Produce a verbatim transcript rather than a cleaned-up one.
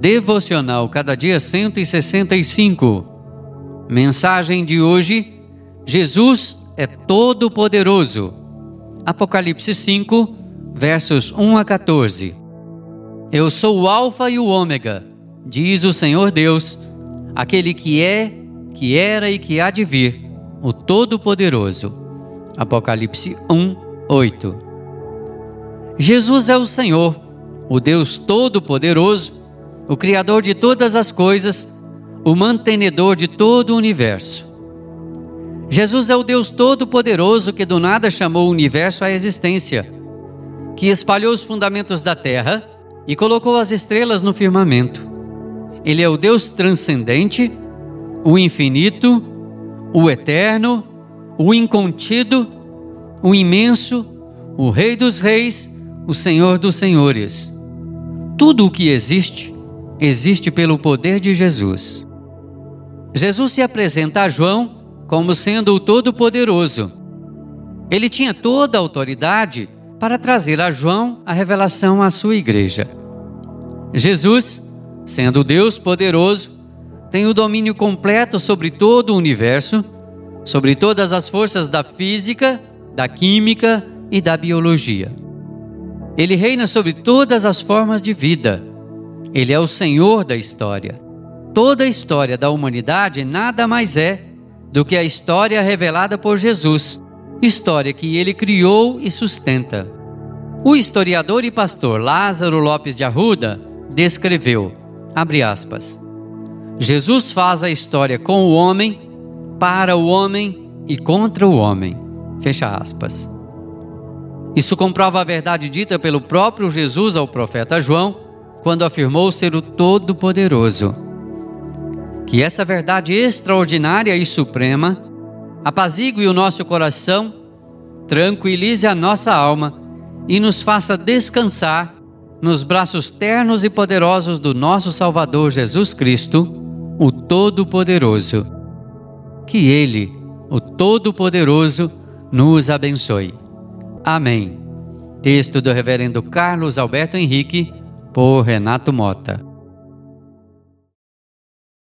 Devocional Cada Dia cento e sessenta e cinco. Mensagem de hoje: Jesus é todo-poderoso. Apocalipse cinco, versos um a quatorze. Eu sou o Alfa e o Ômega, diz o Senhor Deus, aquele que é, que era e que há de vir, o Todo-Poderoso. Apocalipse um, oito. Jesus é o Senhor, o Deus Todo-Poderoso, o Criador de todas as coisas, o mantenedor de todo o universo. Jesus é o Deus Todo-Poderoso que do nada chamou o universo à existência, que espalhou os fundamentos da terra e colocou as estrelas no firmamento. Ele é o Deus transcendente, o infinito, o eterno, o incontido, o imenso, o Rei dos Reis, o Senhor dos Senhores. Tudo o que existe, existe pelo poder de Jesus. Jesus se apresenta a João como sendo o Todo-Poderoso. Ele tinha toda a autoridade para trazer a João a revelação à sua igreja. Jesus, sendo Deus poderoso, tem o domínio completo sobre todo o universo, sobre todas as forças da física, da química e da biologia. Ele reina sobre todas as formas de vida. Ele é o Senhor da história. Toda a história da humanidade nada mais é do que a história revelada por Jesus, história que ele criou e sustenta. O historiador e pastor Lázaro Lopes de Arruda descreveu, abre aspas, Jesus faz a história com o homem, para o homem e contra o homem, fecha aspas. Isso comprova a verdade dita pelo próprio Jesus ao profeta João, quando afirmou ser o Todo-Poderoso. Que essa verdade extraordinária e suprema apazigue o nosso coração, tranquilize a nossa alma e nos faça descansar nos braços ternos e poderosos do nosso Salvador Jesus Cristo, o Todo-Poderoso. Que Ele, o Todo-Poderoso, nos abençoe. Amém. Texto do reverendo Carlos Alberto Henrique, por Renato Mota.